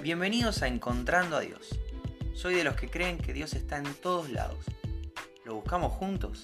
Bienvenidos a Encontrando a Dios. Soy de los que creen que Dios está en todos lados. ¿Lo buscamos juntos?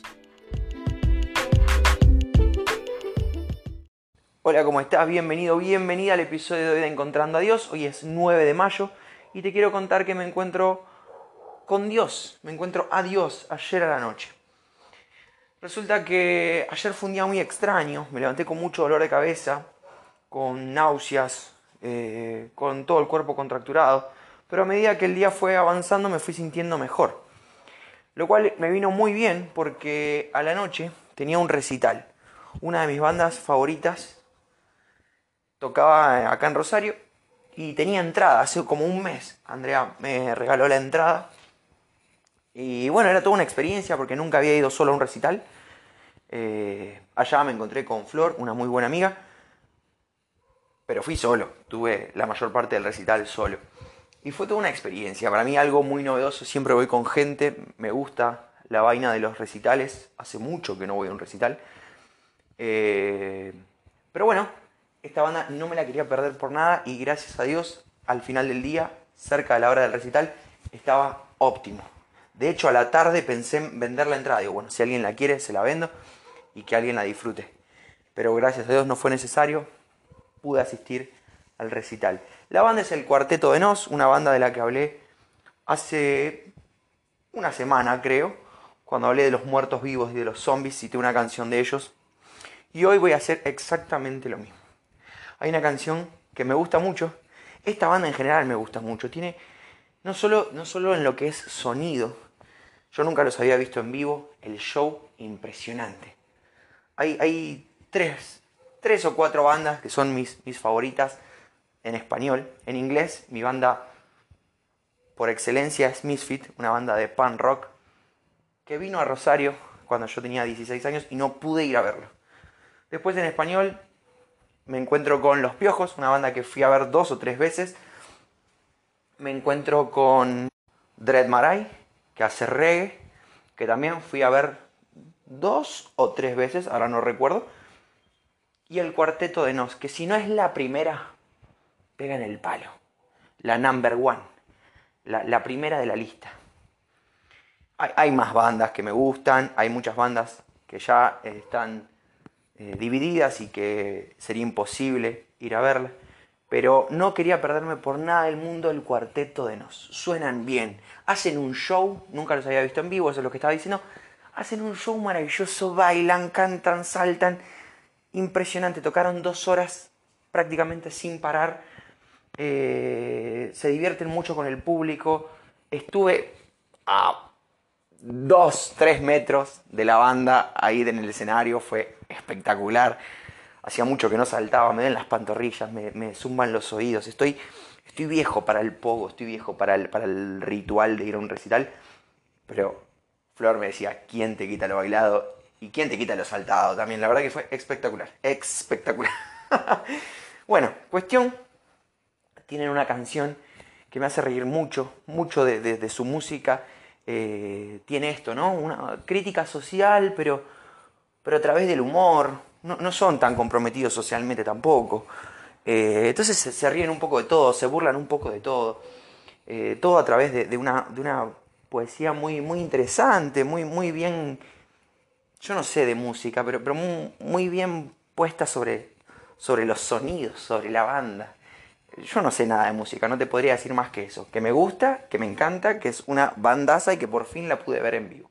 Hola, ¿cómo estás? Bienvenido, bienvenida al episodio de hoy de Encontrando a Dios. Hoy es 9 de mayo y te quiero contar que me encuentro con Dios. Me encuentro a Dios ayer a la noche. Resulta que ayer fue un día muy extraño. Me levanté con mucho dolor de cabeza, con náuseas, con todo el cuerpo contracturado. Pero a medida que el día fue avanzando me fui sintiendo mejor. Lo cual me vino muy bien porque a la noche tenía un recital. Una de mis bandas favoritas tocaba acá en Rosario y tenía entrada. Hace como un mes Andrea me regaló la entrada. Y bueno, era toda una experiencia porque nunca había ido solo a un recital. Allá me encontré con Flor, una muy buena amiga. Pero fui solo, tuve la mayor parte del recital solo. Y fue toda una experiencia, para mí algo muy novedoso, siempre voy con gente, me gusta la vaina de los recitales, hace mucho que no voy a un recital. Pero bueno, esta banda no me la quería perder por nada y gracias a Dios, al final del día, cerca de la hora del recital, estaba óptimo. De hecho, a la tarde pensé en vender la entrada, digo, bueno, si alguien la quiere, se la vendo y que alguien la disfrute. Pero gracias a Dios no fue necesario, pude asistir al recital. La banda es el Cuarteto de Nos, una banda de la que hablé hace una semana, creo, cuando hablé de los muertos vivos y de los zombies, cité una canción de ellos. Y hoy voy a hacer exactamente lo mismo. Hay una canción que me gusta mucho, esta banda en general me gusta mucho, tiene no solo en lo que es sonido, yo nunca los había visto en vivo, el show impresionante. Hay tres o cuatro bandas que son mis favoritas en español. En inglés, mi banda por excelencia es Misfit, una banda de punk rock que vino a Rosario cuando yo tenía 16 años y no pude ir a verlo. Después en español me encuentro con Los Piojos, una banda que fui a ver 2 o 3 veces. Me encuentro con Dread Marai, que hace reggae, que también fui a ver 2 o 3 veces, ahora no recuerdo. Y el Cuarteto de Nos, que si no es la primera, pega en el palo. La number one, la primera de la lista. Hay más bandas que me gustan, hay muchas bandas que ya están divididas y que sería imposible ir a verlas. Pero no quería perderme por nada del mundo el Cuarteto de Nos. Suenan bien, hacen un show, nunca los había visto en vivo, eso es lo que estaba diciendo. Hacen un show maravilloso, bailan, cantan, saltan. Impresionante, tocaron 2 horas prácticamente sin parar. Se divierten mucho con el público. Estuve a 2-3 metros de la banda ahí en el escenario, fue espectacular. Hacía mucho que no saltaba, me den las pantorrillas, me zumban los oídos. Estoy viejo para el pogo, estoy viejo para el ritual de ir a un recital. Pero Flor me decía, ¿quién te quita lo bailado? ¿Y quién te quita lo saltado también? La verdad que fue espectacular, espectacular. Bueno, cuestión, tienen una canción que me hace reír mucho de su música. Tiene esto, ¿no? Una crítica social, pero a través del humor. No son tan comprometidos socialmente tampoco. Entonces se ríen un poco de todo, se burlan un poco de todo. Todo a través de una poesía muy interesante, muy bien. Yo no sé de música, pero muy bien puesta sobre los sonidos, sobre la banda. Yo no sé nada de música, no te podría decir más que eso. Que me gusta, que me encanta, que es una bandaza y que por fin la pude ver en vivo.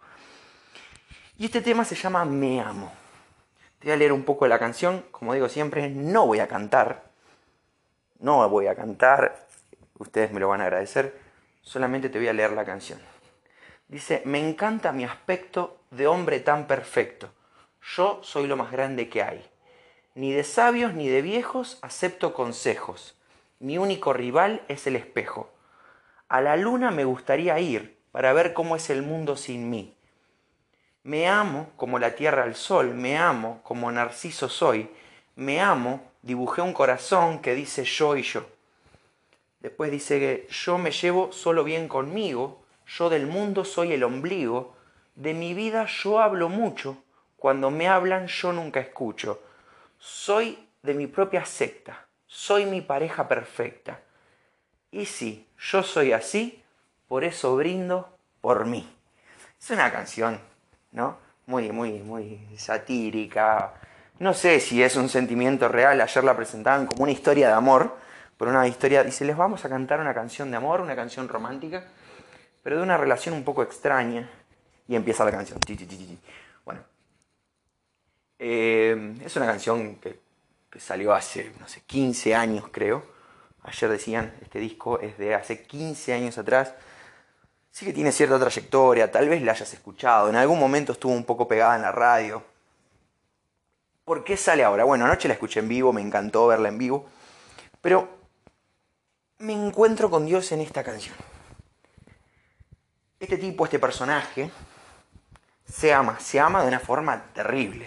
Y este tema se llama Me Amo. Te voy a leer un poco de la canción. Como digo siempre, no voy a cantar. No voy a cantar. Ustedes me lo van a agradecer. Solamente te voy a leer la canción. Dice, me encanta mi aspecto de hombre tan perfecto. Yo soy lo más grande que hay. Ni de sabios ni de viejos acepto consejos. Mi único rival es el espejo. A la luna me gustaría ir para ver cómo es el mundo sin mí. Me amo como la tierra al sol, me amo como Narciso soy. Me amo, dibujé un corazón que dice yo y yo. Después dice que yo me llevo solo bien conmigo, yo del mundo soy el ombligo, de mi vida yo hablo mucho, cuando me hablan yo nunca escucho. Soy de mi propia secta, soy mi pareja perfecta. Y sí, yo soy así, por eso brindo por mí. Es una canción, ¿no? Muy satírica. No sé si es un sentimiento real. Ayer la presentaban como una historia de amor. Por una historia, dice, les vamos a cantar una canción de amor, una canción romántica, pero de una relación un poco extraña. Y empieza la canción. Bueno, es una canción que salió hace, no sé, 15 años creo. Ayer decían, este disco es de hace 15 años atrás. Sí que tiene cierta trayectoria, tal vez la hayas escuchado, en algún momento estuvo un poco pegada en la radio. ¿Por qué sale ahora? Bueno, anoche la escuché en vivo, me encantó verla en vivo, pero me encuentro con Dios en esta canción. Este tipo, este personaje, se ama de una forma terrible.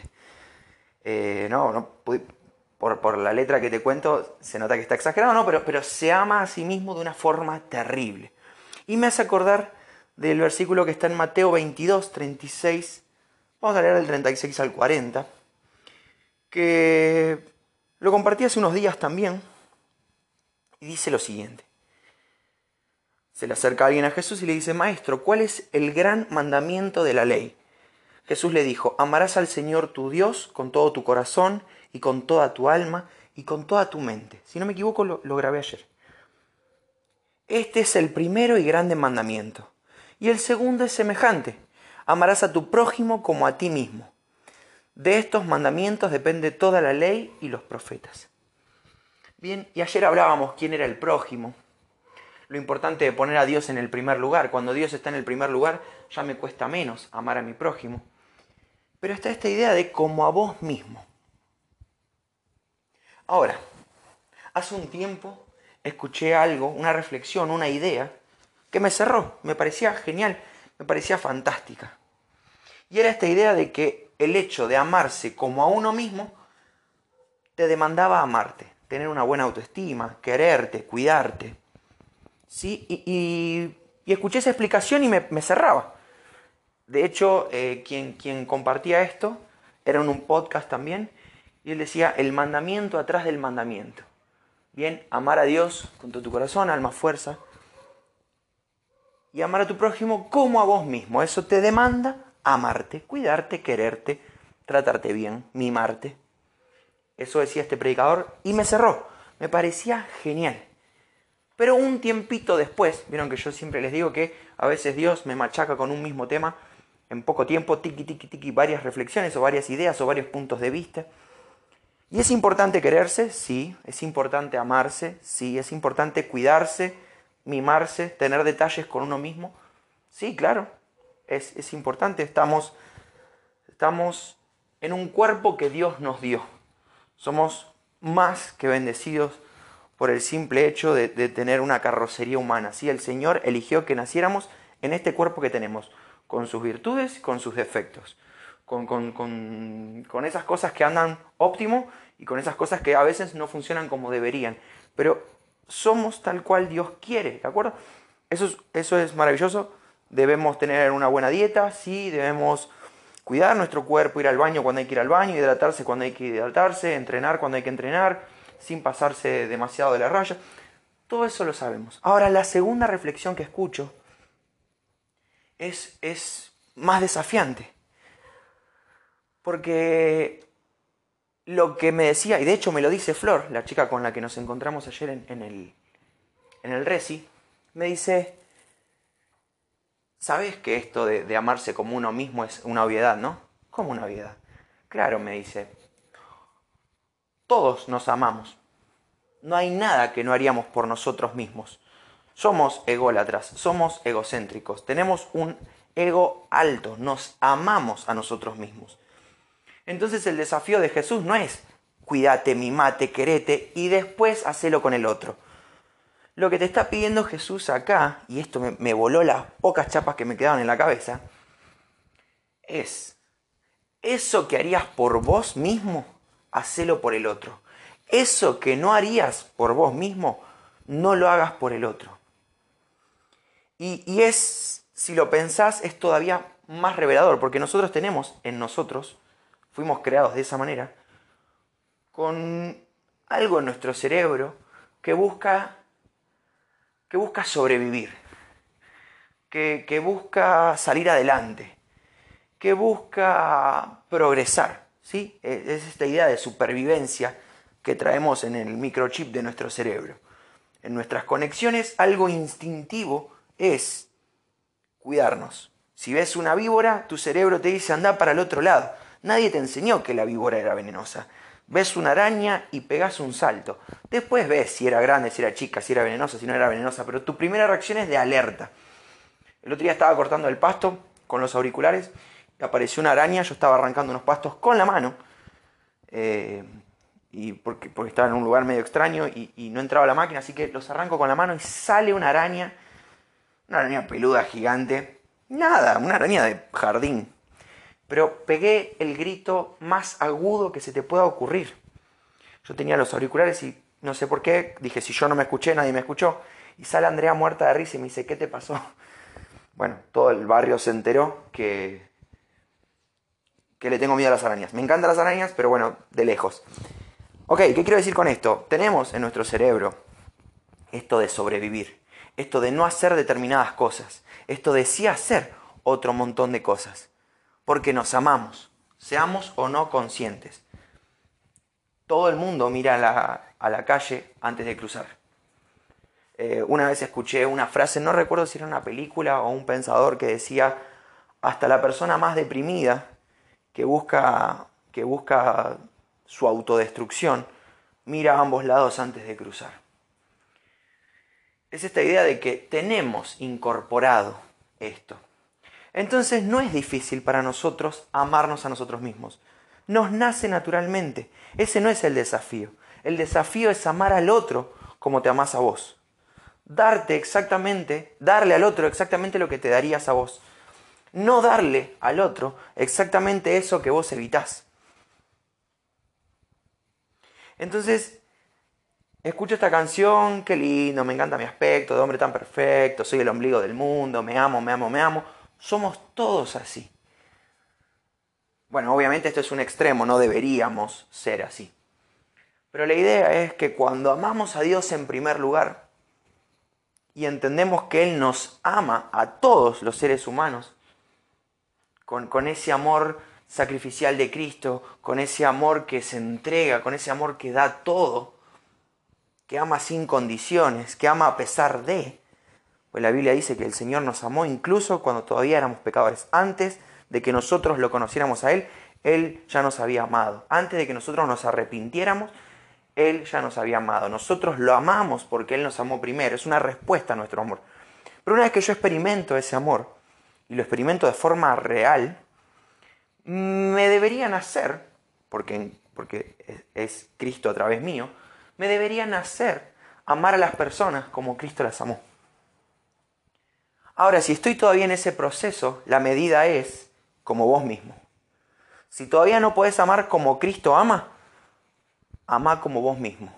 Por la letra que te cuento se nota que está exagerado, no, pero se ama a sí mismo de una forma terrible. Y me hace acordar del versículo que está en Mateo 22, 36, vamos a leer del 36 al 40, que lo compartí hace unos días también, y dice lo siguiente. Se le acerca alguien a Jesús y le dice, Maestro, ¿cuál es el gran mandamiento de la ley? Jesús le dijo, amarás al Señor tu Dios con todo tu corazón y con toda tu alma y con toda tu mente. Si no me equivoco, lo grabé ayer. Este es el primero y grande mandamiento. Y el segundo es semejante. Amarás a tu prójimo como a ti mismo. De estos mandamientos depende toda la ley y los profetas. Bien, y ayer hablábamos quién era el prójimo. Lo importante de poner a Dios en el primer lugar. Cuando Dios está en el primer lugar, ya me cuesta menos amar a mi prójimo. Pero está esta idea de como a vos mismo. Ahora, hace un tiempo escuché algo, una reflexión, una idea, que me cerró, me parecía genial, me parecía fantástica. Y era esta idea de que el hecho de amarse como a uno mismo te demandaba amarte, tener una buena autoestima, quererte, cuidarte. ¿Sí? Y escuché esa explicación y me cerraba. De hecho, quien compartía esto era en un podcast también, y él decía el mandamiento atrás del mandamiento. Bien, amar a Dios con todo tu corazón, alma, fuerza, y amar a tu prójimo como a vos mismo. Eso te demanda amarte, cuidarte, quererte, tratarte bien, mimarte. Eso decía este predicador y me cerró. Me parecía genial. Pero un tiempito después, vieron que yo siempre les digo que a veces Dios me machaca con un mismo tema en poco tiempo, tiki, varias reflexiones o varias ideas o varios puntos de vista. Y es importante quererse, sí, es importante amarse, sí, es importante cuidarse, mimarse, tener detalles con uno mismo. Sí, claro, es importante, estamos en un cuerpo que Dios nos dio. Somos más que bendecidos por el simple hecho de tener una carrocería humana. ¿Sí? El Señor eligió que naciéramos en este cuerpo que tenemos, con sus virtudes, con sus defectos, con esas cosas que andan óptimo y con esas cosas que a veces no funcionan como deberían. Pero somos tal cual Dios quiere, ¿de acuerdo? Eso es maravilloso. Debemos tener una buena dieta, sí, debemos cuidar nuestro cuerpo, ir al baño cuando hay que ir al baño, hidratarse cuando hay que hidratarse, entrenar cuando hay que entrenar, sin pasarse demasiado de la raya. Todo eso lo sabemos. Ahora, la segunda reflexión que escucho es más desafiante. Porque lo que me decía, y de hecho me lo dice Flor, la chica con la que nos encontramos ayer en el Resi, me dice, ¿sabes que esto de amarse como uno mismo es una obviedad, no? ¿Cómo una obviedad? Claro, me dice, todos nos amamos. No hay nada que no haríamos por nosotros mismos. Somos ególatras, somos egocéntricos, tenemos un ego alto, nos amamos a nosotros mismos. Entonces el desafío de Jesús no es cuídate, mimate, querete y después hacelo con el otro. Lo que te está pidiendo Jesús acá, y esto me voló las pocas chapas que me quedaban en la cabeza, es eso que harías por vos mismo, hacelo por el otro. Eso que no harías por vos mismo, no lo hagas por el otro. Y es, si lo pensás, es todavía más revelador, porque nosotros tenemos en nosotros, fuimos creados de esa manera, con algo en nuestro cerebro que busca que busca sobrevivir, que busca salir adelante, que busca progresar, ¿sí? Es esta idea de supervivencia que traemos en el microchip de nuestro cerebro. En nuestras conexiones, algo instintivo es cuidarnos. Si ves una víbora, tu cerebro te dice anda para el otro lado. Nadie te enseñó que la víbora era venenosa. Ves una araña y pegás un salto. Después ves si era grande, si era chica, si era venenosa, si no era venenosa, pero tu primera reacción es de alerta. El otro día estaba cortando el pasto con los auriculares y apareció una araña. Yo estaba arrancando unos pastos con la mano y porque estaba en un lugar medio extraño y no entraba la máquina, así que los arranco con la mano y sale una araña peluda gigante. Nada, una araña de jardín. Pero pegué el grito más agudo que se te pueda ocurrir. Yo tenía los auriculares y no sé por qué, dije, si yo no me escuché, nadie me escuchó. Y sale Andrea muerta de risa y me dice, ¿qué te pasó? Bueno, todo el barrio se enteró que le tengo miedo a las arañas. Me encantan las arañas, pero bueno, de lejos. Ok, ¿qué quiero decir con esto? Tenemos en nuestro cerebro esto de sobrevivir, esto de no hacer determinadas cosas, esto de sí hacer otro montón de cosas, porque nos amamos, seamos o no conscientes. Todo el mundo mira a la calle antes de cruzar. Una vez escuché una frase, no recuerdo si era una película o un pensador que decía, hasta la persona más deprimida que busca su autodestrucción, mira a ambos lados antes de cruzar. Es esta idea de que tenemos incorporado esto. Entonces no es difícil para nosotros amarnos a nosotros mismos. Nos nace naturalmente. Ese no es el desafío. El desafío es amar al otro como te amás a vos. Darle al otro exactamente lo que te darías a vos. No darle al otro exactamente eso que vos evitás. Entonces, escucho esta canción, qué lindo, me encanta mi aspecto de hombre tan perfecto, soy el ombligo del mundo, me amo, me amo, me amo. Somos todos así. Bueno, obviamente esto es un extremo, no deberíamos ser así. Pero la idea es que cuando amamos a Dios en primer lugar y entendemos que Él nos ama a todos los seres humanos, con ese amor sacrificial de Cristo, con ese amor que se entrega, con ese amor que da todo, que ama sin condiciones, que ama a pesar de, pues la Biblia dice que el Señor nos amó incluso cuando todavía éramos pecadores. Antes de que nosotros lo conociéramos a Él, Él ya nos había amado. Antes de que nosotros nos arrepintiéramos, Él ya nos había amado. Nosotros lo amamos porque Él nos amó primero. Es una respuesta a nuestro amor. Pero una vez que yo experimento ese amor, y lo experimento de forma real, me debería nacer, porque es Cristo a través mío, me debería nacer amar a las personas como Cristo las amó. Ahora, si estoy todavía en ese proceso, la medida es como vos mismo. Si todavía no podés amar como Cristo ama, amá como vos mismo.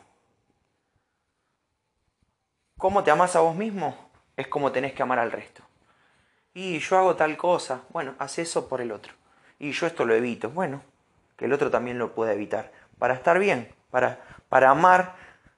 ¿Cómo te amás a vos mismo? Es como tenés que amar al resto. Y yo hago tal cosa, bueno, haz eso por el otro. Y yo esto lo evito, bueno, que el otro también lo pueda evitar. Para estar bien, para amar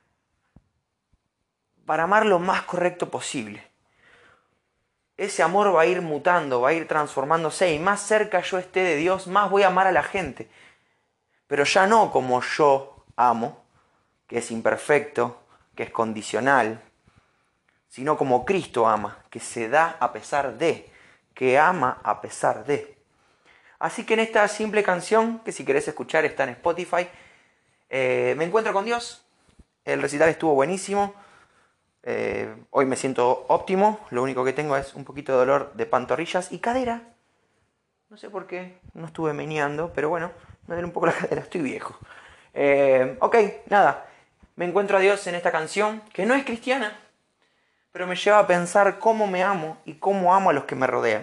lo más correcto posible. Ese amor va a ir mutando, va a ir transformándose y más cerca yo esté de Dios, más voy a amar a la gente. Pero ya no como yo amo, que es imperfecto, que es condicional, sino como Cristo ama, que se da a pesar de, que ama a pesar de. Así que en esta simple canción, que si querés escuchar está en Spotify, me encuentro con Dios. El recital estuvo buenísimo. Hoy me siento óptimo, lo único que tengo es un poquito de dolor de pantorrillas y cadera. No sé por qué, no estuve meneando, pero bueno, me duele un poco la cadera, estoy viejo. Ok, nada, me encuentro a Dios en esta canción, que no es cristiana, pero me lleva a pensar cómo me amo y cómo amo a los que me rodean.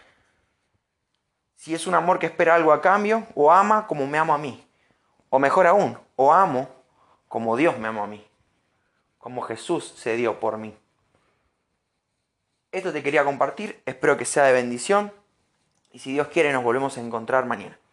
Si es un amor que espera algo a cambio, o ama como me amo a mí. O mejor aún, o amo como Dios me amó a mí. Como Jesús se dio por mí. Esto te quería compartir, espero que sea de bendición y si Dios quiere nos volvemos a encontrar mañana.